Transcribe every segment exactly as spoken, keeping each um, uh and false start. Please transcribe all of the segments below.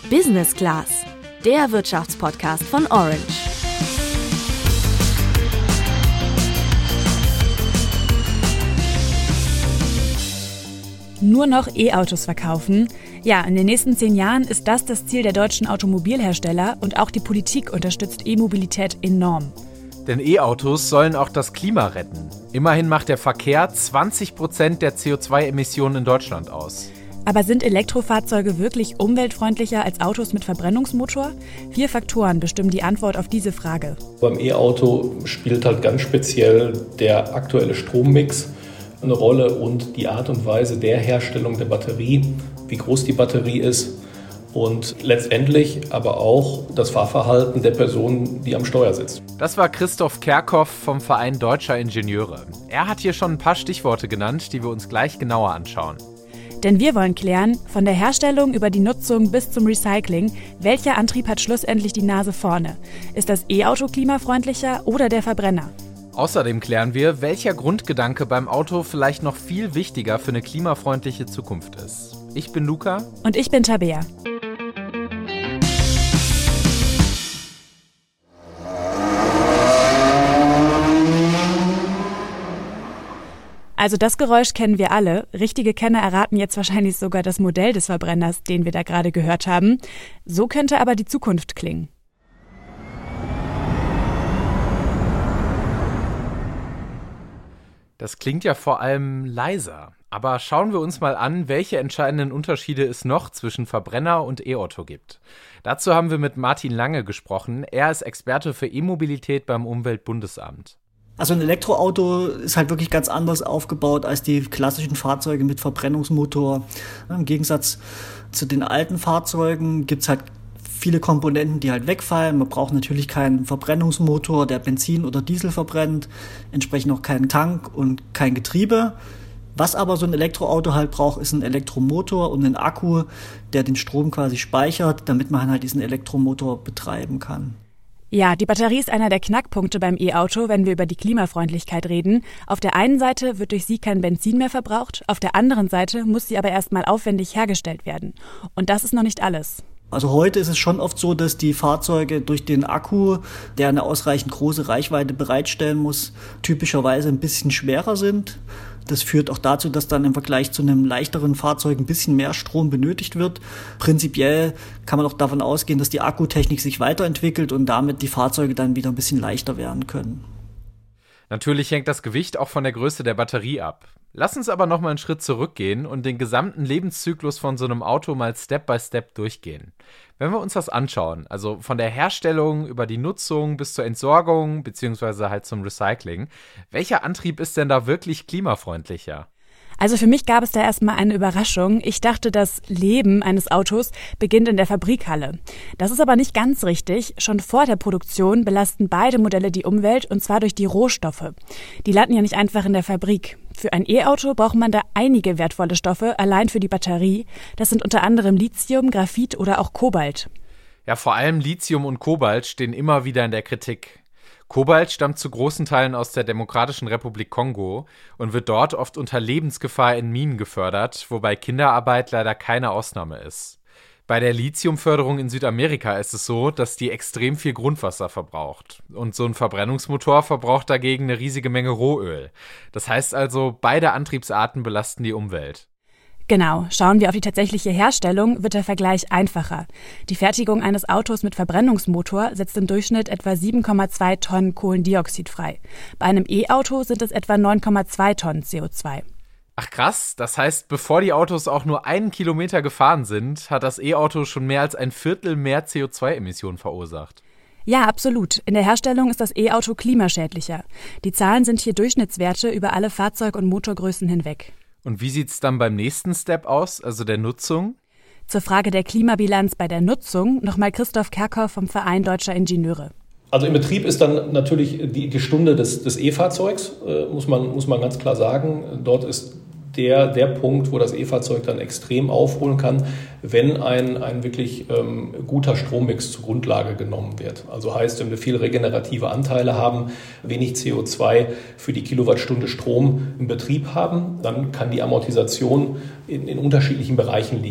Business Class, der Wirtschaftspodcast von Orange. Nur noch E-Autos verkaufen? Ja, in den nächsten zehn Jahren ist das das Ziel der deutschen Automobilhersteller und auch die Politik unterstützt E-Mobilität enorm. Denn E-Autos sollen auch das Klima retten. Immerhin macht der Verkehr zwanzig Prozent der C O zwei Emissionen in Deutschland aus. Aber sind Elektrofahrzeuge wirklich umweltfreundlicher als Autos mit Verbrennungsmotor? Vier Faktoren bestimmen die Antwort auf diese Frage. Beim E-Auto spielt halt ganz speziell der aktuelle Strommix eine Rolle und die Art und Weise der Herstellung der Batterie, wie groß die Batterie ist und letztendlich aber auch das Fahrverhalten der Person, die am Steuer sitzt. Das war Christoph Kerkhoff vom Verein Deutscher Ingenieure. Er hat hier schon ein paar Stichworte genannt, die wir uns gleich genauer anschauen. Denn wir wollen klären, von der Herstellung über die Nutzung bis zum Recycling, welcher Antrieb hat schlussendlich die Nase vorne? Ist das E-Auto klimafreundlicher oder der Verbrenner? Außerdem klären wir, welcher Grundgedanke beim Auto vielleicht noch viel wichtiger für eine klimafreundliche Zukunft ist. Ich bin Luca. Und ich bin Tabea. Also das Geräusch kennen wir alle. Richtige Kenner erraten jetzt wahrscheinlich sogar das Modell des Verbrenners, den wir da gerade gehört haben. So könnte aber die Zukunft klingen. Das klingt ja vor allem leiser. Aber schauen wir uns mal an, welche entscheidenden Unterschiede es noch zwischen Verbrenner und E-Auto gibt. Dazu haben wir mit Martin Lange gesprochen. Er ist Experte für E-Mobilität beim Umweltbundesamt. Also ein Elektroauto ist halt wirklich ganz anders aufgebaut als die klassischen Fahrzeuge mit Verbrennungsmotor. Im Gegensatz zu den alten Fahrzeugen gibt's halt viele Komponenten, die halt wegfallen. Man braucht natürlich keinen Verbrennungsmotor, der Benzin oder Diesel verbrennt, entsprechend auch keinen Tank und kein Getriebe. Was aber so ein Elektroauto halt braucht, ist ein Elektromotor und ein Akku, der den Strom quasi speichert, damit man halt diesen Elektromotor betreiben kann. Ja, die Batterie ist einer der Knackpunkte beim E-Auto, wenn wir über die Klimafreundlichkeit reden. Auf der einen Seite wird durch sie kein Benzin mehr verbraucht, auf der anderen Seite muss sie aber erstmal aufwendig hergestellt werden. Und das ist noch nicht alles. Also heute ist es schon oft so, dass die Fahrzeuge durch den Akku, der eine ausreichend große Reichweite bereitstellen muss, typischerweise ein bisschen schwerer sind. Das führt auch dazu, dass dann im Vergleich zu einem leichteren Fahrzeug ein bisschen mehr Strom benötigt wird. Prinzipiell kann man auch davon ausgehen, dass die Akkutechnik sich weiterentwickelt und damit die Fahrzeuge dann wieder ein bisschen leichter werden können. Natürlich hängt das Gewicht auch von der Größe der Batterie ab. Lass uns aber noch mal einen Schritt zurückgehen und den gesamten Lebenszyklus von so einem Auto mal Step by Step durchgehen. Wenn wir uns das anschauen, also von der Herstellung über die Nutzung bis zur Entsorgung beziehungsweise halt zum Recycling, welcher Antrieb ist denn da wirklich klimafreundlicher? Also für mich gab es da erstmal eine Überraschung. Ich dachte, das Leben eines Autos beginnt in der Fabrikhalle. Das ist aber nicht ganz richtig. Schon vor der Produktion belasten beide Modelle die Umwelt und zwar durch die Rohstoffe. Die landen ja nicht einfach in der Fabrik. Für ein E-Auto braucht man da einige wertvolle Stoffe, allein für die Batterie. Das sind unter anderem Lithium, Graphit oder auch Kobalt. Ja, vor allem Lithium und Kobalt stehen immer wieder in der Kritik. Kobalt stammt zu großen Teilen aus der Demokratischen Republik Kongo und wird dort oft unter Lebensgefahr in Minen gefördert, wobei Kinderarbeit leider keine Ausnahme ist. Bei der Lithiumförderung in Südamerika ist es so, dass die extrem viel Grundwasser verbraucht. Und so ein Verbrennungsmotor verbraucht dagegen eine riesige Menge Rohöl. Das heißt also, beide Antriebsarten belasten die Umwelt. Genau, schauen wir auf die tatsächliche Herstellung, wird der Vergleich einfacher. Die Fertigung eines Autos mit Verbrennungsmotor setzt im Durchschnitt etwa sieben Komma zwei Tonnen Kohlendioxid frei. Bei einem E-Auto sind es etwa neun Komma zwei Tonnen C O zwei. Ach krass, das heißt, bevor die Autos auch nur einen Kilometer gefahren sind, hat das E-Auto schon mehr als ein Viertel mehr C O zwei Emissionen verursacht. Ja, absolut. In der Herstellung ist das E-Auto klimaschädlicher. Die Zahlen sind hier Durchschnittswerte über alle Fahrzeug- und Motorgrößen hinweg. Und wie sieht's dann beim nächsten Step aus, also der Nutzung? Zur Frage der Klimabilanz bei der Nutzung nochmal Christoph Kerkhoff vom Verein Deutscher Ingenieure. Also im Betrieb ist dann natürlich die, die Stunde des, des E-Fahrzeugs, äh, muss man, muss man ganz klar sagen. Dort ist der, der Punkt, wo das E-Fahrzeug dann extrem aufholen kann, wenn ein, ein wirklich ähm, guter Strommix zur Grundlage genommen wird. Also heißt, wenn wir viele regenerative Anteile haben, wenig C O zwei für die Kilowattstunde Strom im Betrieb haben, dann kann die Amortisation in, in unterschiedlichen Bereichen liegen.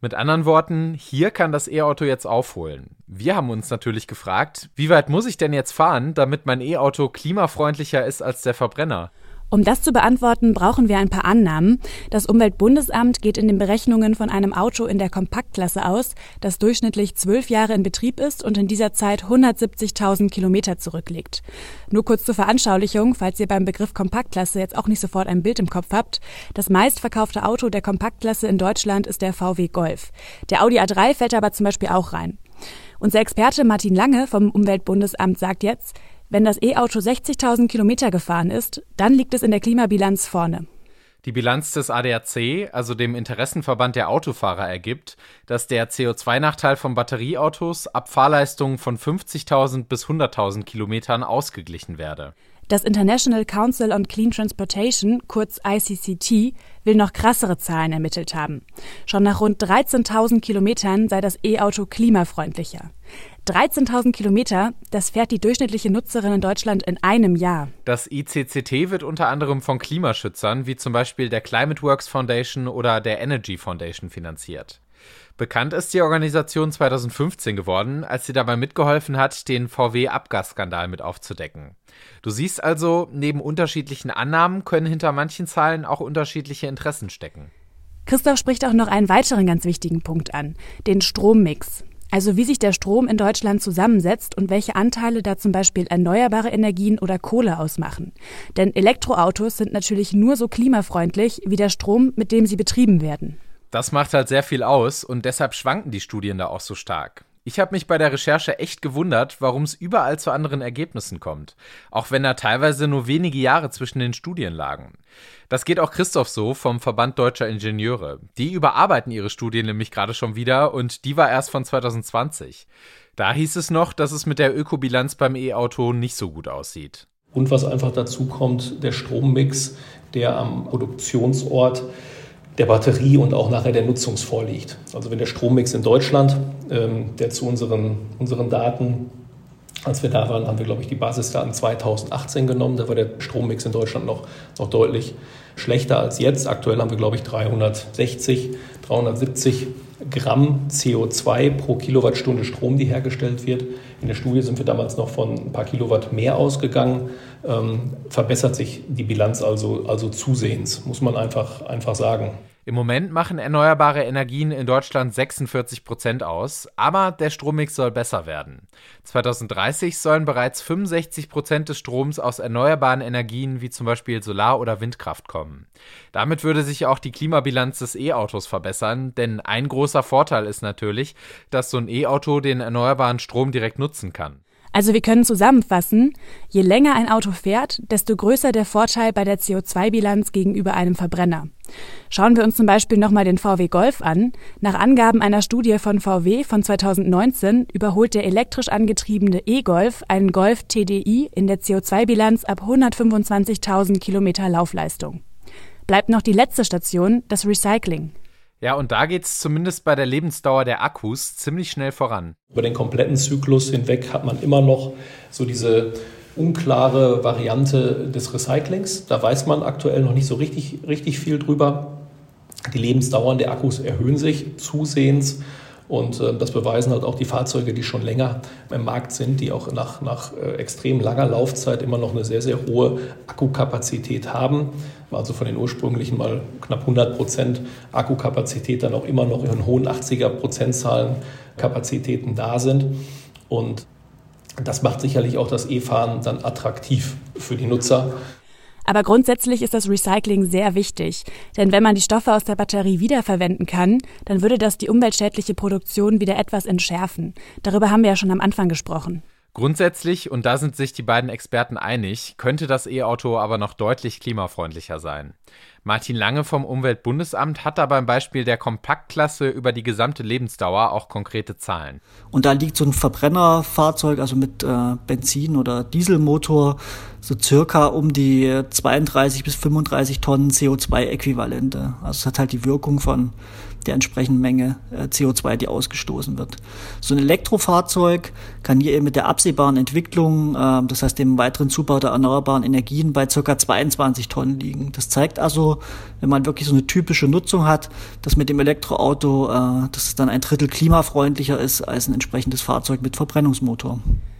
Mit anderen Worten, hier kann das E-Auto jetzt aufholen. Wir haben uns natürlich gefragt, wie weit muss ich denn jetzt fahren, damit mein E-Auto klimafreundlicher ist als der Verbrenner? Um das zu beantworten, brauchen wir ein paar Annahmen. Das Umweltbundesamt geht in den Berechnungen von einem Auto in der Kompaktklasse aus, das durchschnittlich zwölf Jahre in Betrieb ist und in dieser Zeit hundertsiebzigtausend Kilometer zurücklegt. Nur kurz zur Veranschaulichung, falls ihr beim Begriff Kompaktklasse jetzt auch nicht sofort ein Bild im Kopf habt. Das meistverkaufte Auto der Kompaktklasse in Deutschland ist der V W Golf. Der Audi A drei fällt aber zum Beispiel auch rein. Unser Experte Martin Lange vom Umweltbundesamt sagt jetzt, wenn das E-Auto sechzigtausend Kilometer gefahren ist, dann liegt es in der Klimabilanz vorne. Die Bilanz des A D A C, also dem Interessenverband der Autofahrer, ergibt, dass der C O zwei Nachteil von Batterieautos ab Fahrleistungen von fünfzigtausend bis hunderttausend Kilometern ausgeglichen werde. Das International Council on Clean Transportation, kurz I C C T, will noch krassere Zahlen ermittelt haben. Schon nach rund dreizehntausend Kilometern sei das E-Auto klimafreundlicher. dreizehntausend Kilometer, das fährt die durchschnittliche Nutzerin in Deutschland in einem Jahr. Das I C C T wird unter anderem von Klimaschützern, wie zum Beispiel der Climate Works Foundation oder der Energy Foundation, finanziert. Bekannt ist die Organisation zweitausendfünfzehn geworden, als sie dabei mitgeholfen hat, den V W-Abgasskandal mit aufzudecken. Du siehst also, neben unterschiedlichen Annahmen können hinter manchen Zahlen auch unterschiedliche Interessen stecken. Christoph spricht auch noch einen weiteren ganz wichtigen Punkt an, den Strommix. Also wie sich der Strom in Deutschland zusammensetzt und welche Anteile da zum Beispiel erneuerbare Energien oder Kohle ausmachen. Denn Elektroautos sind natürlich nur so klimafreundlich wie der Strom, mit dem sie betrieben werden. Das macht halt sehr viel aus und deshalb schwanken die Studien da auch so stark. Ich habe mich bei der Recherche echt gewundert, warum es überall zu anderen Ergebnissen kommt, auch wenn da teilweise nur wenige Jahre zwischen den Studien lagen. Das geht auch Christoph so vom Verband Deutscher Ingenieure. Die überarbeiten ihre Studien nämlich gerade schon wieder und die war erst von zweitausendzwanzig. Da hieß es noch, dass es mit der Ökobilanz beim E-Auto nicht so gut aussieht. Und was einfach dazu kommt, der Strommix, der am Produktionsort der Batterie und auch nachher der Nutzung vorliegt. Also wenn der Strommix in Deutschland, ähm, der zu unseren, unseren Daten, als wir da waren, haben wir, glaube ich, die Basisdaten zweitausendachtzehn genommen. Da war der Strommix in Deutschland noch, noch deutlich schlechter als jetzt. Aktuell haben wir, glaube ich, dreihundertsechzig, dreihundertsiebzig Gramm C O zwei pro Kilowattstunde Strom, die hergestellt wird. In der Studie sind wir damals noch von ein paar Kilowatt mehr ausgegangen. Ähm, verbessert sich die Bilanz also, also zusehends, muss man einfach, einfach sagen. Im Moment machen erneuerbare Energien in Deutschland sechsundvierzig Prozent aus, aber der Strommix soll besser werden. zweitausenddreißig sollen bereits fünfundsechzig Prozent des Stroms aus erneuerbaren Energien wie zum Beispiel Solar- oder Windkraft kommen. Damit würde sich auch die Klimabilanz des E-Autos verbessern, denn ein großer Vorteil ist natürlich, dass so ein E-Auto den erneuerbaren Strom direkt nutzen kann. Also wir können zusammenfassen, je länger ein Auto fährt, desto größer der Vorteil bei der C O zwei Bilanz gegenüber einem Verbrenner. Schauen wir uns zum Beispiel nochmal den V W Golf an. Nach Angaben einer Studie von V W von zweitausendneunzehn überholt der elektrisch angetriebene E-Golf einen Golf T D I in der C O zwei Bilanz ab hundertfünfundzwanzigtausend Kilometer Laufleistung. Bleibt noch die letzte Station, das Recycling. Ja, und da geht es zumindest bei der Lebensdauer der Akkus ziemlich schnell voran. Über den kompletten Zyklus hinweg hat man immer noch so diese unklare Variante des Recyclings. Da weiß man aktuell noch nicht so richtig, richtig viel drüber. Die Lebensdauern der Akkus erhöhen sich zusehends. Und äh, das beweisen halt auch die Fahrzeuge, die schon länger im Markt sind, die auch nach, nach äh, extrem langer Laufzeit immer noch eine sehr, sehr hohe Akkukapazität haben. Also von den ursprünglichen mal knapp hundert Prozent Akkukapazität dann auch immer noch in hohen achtziger Prozentzahlen Kapazitäten da sind. Und das macht sicherlich auch das E-Fahren dann attraktiv für die Nutzer. Aber grundsätzlich ist das Recycling sehr wichtig, denn wenn man die Stoffe aus der Batterie wiederverwenden kann, dann würde das die umweltschädliche Produktion wieder etwas entschärfen. Darüber haben wir ja schon am Anfang gesprochen. Grundsätzlich, und da sind sich die beiden Experten einig, könnte das E-Auto aber noch deutlich klimafreundlicher sein. Martin Lange vom Umweltbundesamt hat da beim Beispiel der Kompaktklasse über die gesamte Lebensdauer auch konkrete Zahlen. Und da liegt so ein Verbrennerfahrzeug, also mit äh, Benzin- oder Dieselmotor, so circa um die zweiunddreißig bis fünfunddreißig Tonnen C O zwei Äquivalente. Also es hat halt die Wirkung von der entsprechenden Menge äh, C O zwei, die ausgestoßen wird. So ein Elektrofahrzeug kann hier eben mit der absehbaren Entwicklung, äh, das heißt dem weiteren Zubau der erneuerbaren Energien, bei circa zweiundzwanzig Tonnen liegen. Das zeigt also, so, wenn man wirklich so eine typische Nutzung hat, dass mit dem Elektroauto, äh, dass es dann ein Drittel klimafreundlicher ist als ein entsprechendes Fahrzeug mit Verbrennungsmotor.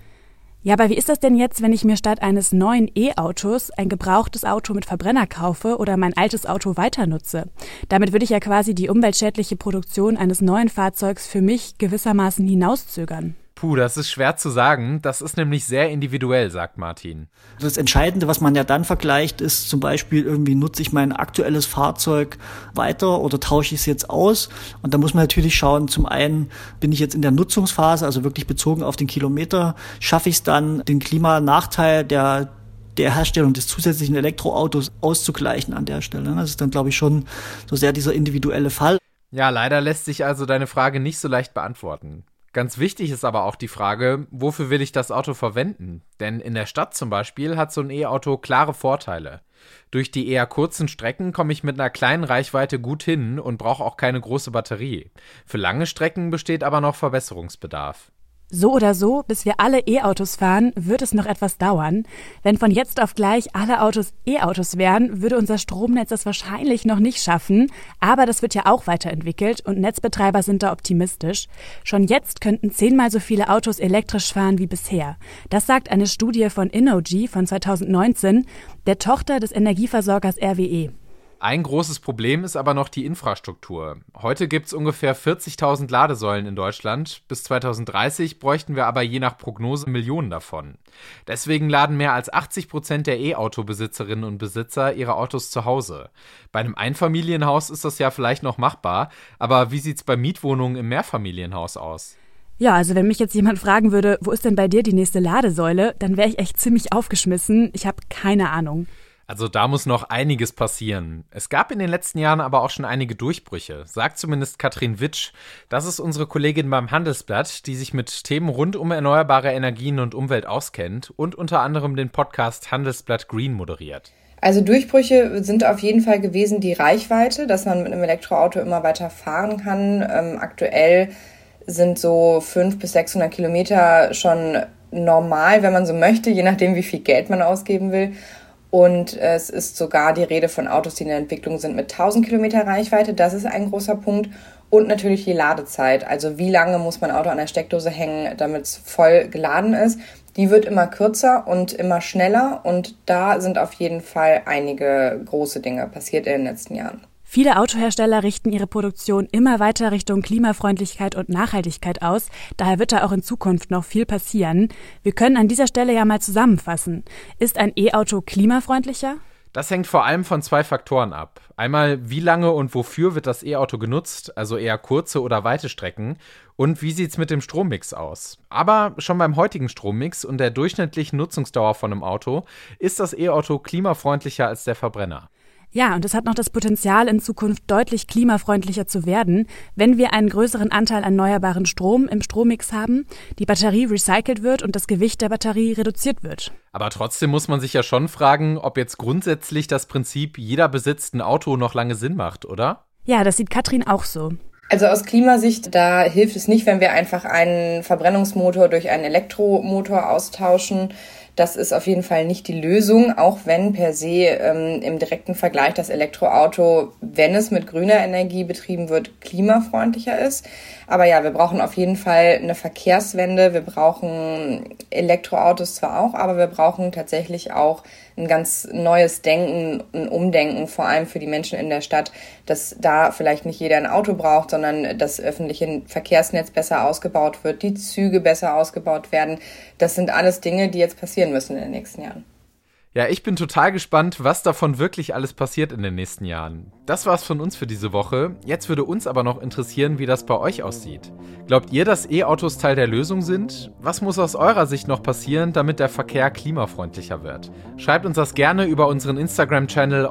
Ja, aber wie ist das denn jetzt, wenn ich mir statt eines neuen E-Autos ein gebrauchtes Auto mit Verbrenner kaufe oder mein altes Auto weiter nutze? Damit würde ich ja quasi die umweltschädliche Produktion eines neuen Fahrzeugs für mich gewissermaßen hinauszögern. Puh, das ist schwer zu sagen. Das ist nämlich sehr individuell, sagt Martin. Das Entscheidende, was man ja dann vergleicht, ist zum Beispiel irgendwie, nutze ich mein aktuelles Fahrzeug weiter oder tausche ich es jetzt aus? Und da muss man natürlich schauen, zum einen bin ich jetzt in der Nutzungsphase, also wirklich bezogen auf den Kilometer, schaffe ich es dann, den Klimanachteil der der Herstellung des zusätzlichen Elektroautos auszugleichen an der Stelle. Das ist dann, glaube ich, schon so sehr dieser individuelle Fall. Ja, leider lässt sich also deine Frage nicht so leicht beantworten. Ganz wichtig ist aber auch die Frage, wofür will ich das Auto verwenden? Denn in der Stadt zum Beispiel hat so ein E-Auto klare Vorteile. Durch die eher kurzen Strecken komme ich mit einer kleinen Reichweite gut hin und brauche auch keine große Batterie. Für lange Strecken besteht aber noch Verbesserungsbedarf. So oder so, bis wir alle E-Autos fahren, wird es noch etwas dauern. Wenn von jetzt auf gleich alle Autos E-Autos wären, würde unser Stromnetz das wahrscheinlich noch nicht schaffen. Aber das wird ja auch weiterentwickelt und Netzbetreiber sind da optimistisch. Schon jetzt könnten zehnmal so viele Autos elektrisch fahren wie bisher. Das sagt eine Studie von Innogy von zweitausendneunzehn, der Tochter des Energieversorgers R W E. Ein großes Problem ist aber noch die Infrastruktur. Heute gibt es ungefähr vierzigtausend Ladesäulen in Deutschland. Bis zweitausenddreißig bräuchten wir aber je nach Prognose Millionen davon. Deswegen laden mehr als achtzig Prozent der E-Auto-Besitzerinnen und Besitzer ihre Autos zu Hause. Bei einem Einfamilienhaus ist das ja vielleicht noch machbar, aber wie sieht's bei Mietwohnungen im Mehrfamilienhaus aus? Ja, also wenn mich jetzt jemand fragen würde, wo ist denn bei dir die nächste Ladesäule, dann wäre ich echt ziemlich aufgeschmissen. Ich habe keine Ahnung. Also da muss noch einiges passieren. Es gab in den letzten Jahren aber auch schon einige Durchbrüche, sagt zumindest Katrin Witsch. Das ist unsere Kollegin beim Handelsblatt, die sich mit Themen rund um erneuerbare Energien und Umwelt auskennt und unter anderem den Podcast Handelsblatt Green moderiert. Also Durchbrüche sind auf jeden Fall gewesen die Reichweite, dass man mit einem Elektroauto immer weiter fahren kann. Ähm, aktuell sind so fünfhundert bis sechshundert Kilometer schon normal, wenn man so möchte, je nachdem, wie viel Geld man ausgeben will. Und es ist sogar die Rede von Autos, die in der Entwicklung sind mit tausend Kilometer Reichweite. Das ist ein großer Punkt. Und natürlich die Ladezeit. Also wie lange muss mein Auto an der Steckdose hängen, damit es voll geladen ist. Die wird immer kürzer und immer schneller. Und da sind auf jeden Fall einige große Dinge passiert in den letzten Jahren. Viele Autohersteller richten ihre Produktion immer weiter Richtung Klimafreundlichkeit und Nachhaltigkeit aus. Daher wird da auch in Zukunft noch viel passieren. Wir können an dieser Stelle ja mal zusammenfassen. Ist ein E-Auto klimafreundlicher? Das hängt vor allem von zwei Faktoren ab. Einmal, wie lange und wofür wird das E-Auto genutzt, also eher kurze oder weite Strecken, und wie sieht's mit dem Strommix aus. Aber schon beim heutigen Strommix und der durchschnittlichen Nutzungsdauer von einem Auto ist das E-Auto klimafreundlicher als der Verbrenner. Ja, und es hat noch das Potenzial, in Zukunft deutlich klimafreundlicher zu werden, wenn wir einen größeren Anteil an erneuerbaren Strom im Strommix haben, die Batterie recycelt wird und das Gewicht der Batterie reduziert wird. Aber trotzdem muss man sich ja schon fragen, ob jetzt grundsätzlich das Prinzip, jeder besitzt ein Auto, noch lange Sinn macht, oder? Ja, das sieht Katrin auch so. Also aus Klimasicht, da hilft es nicht, wenn wir einfach einen Verbrennungsmotor durch einen Elektromotor austauschen. Das ist auf jeden Fall nicht die Lösung, auch wenn per se ähm, im direkten Vergleich das Elektroauto, wenn es mit grüner Energie betrieben wird, klimafreundlicher ist. Aber ja, wir brauchen auf jeden Fall eine Verkehrswende. Wir brauchen Elektroautos zwar auch, aber wir brauchen tatsächlich auch ein ganz neues Denken, ein Umdenken, vor allem für die Menschen in der Stadt, dass da vielleicht nicht jeder ein Auto braucht, sondern das öffentliche Verkehrsnetz besser ausgebaut wird, die Züge besser ausgebaut werden. Das sind alles Dinge, die jetzt passieren müssen in den nächsten Jahren. Ja, ich bin total gespannt, was davon wirklich alles passiert in den nächsten Jahren. Das war's von uns für diese Woche. Jetzt würde uns aber noch interessieren, wie das bei euch aussieht. Glaubt ihr, dass E-Autos Teil der Lösung sind? Was muss aus eurer Sicht noch passieren, damit der Verkehr klimafreundlicher wird? Schreibt uns das gerne über unseren Instagram-Channel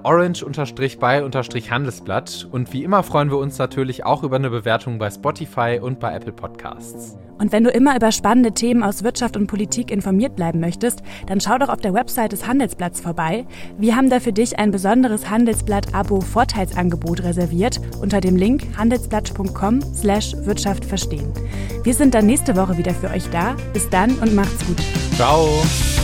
orange-by-handelsblatt. Und wie immer freuen wir uns natürlich auch über eine Bewertung bei Spotify und bei Apple Podcasts. Und wenn du immer über spannende Themen aus Wirtschaft und Politik informiert bleiben möchtest, dann schau doch auf der Website des Handelsblatts vorbei. Wir haben da für dich ein besonderes Handelsblatt-Abo-Vorteilsangebot reserviert unter dem Link handelsblatt punkt com slash Wirtschaft verstehen. Wir sind dann nächste Woche wieder für euch da. Bis dann und macht's gut. Ciao!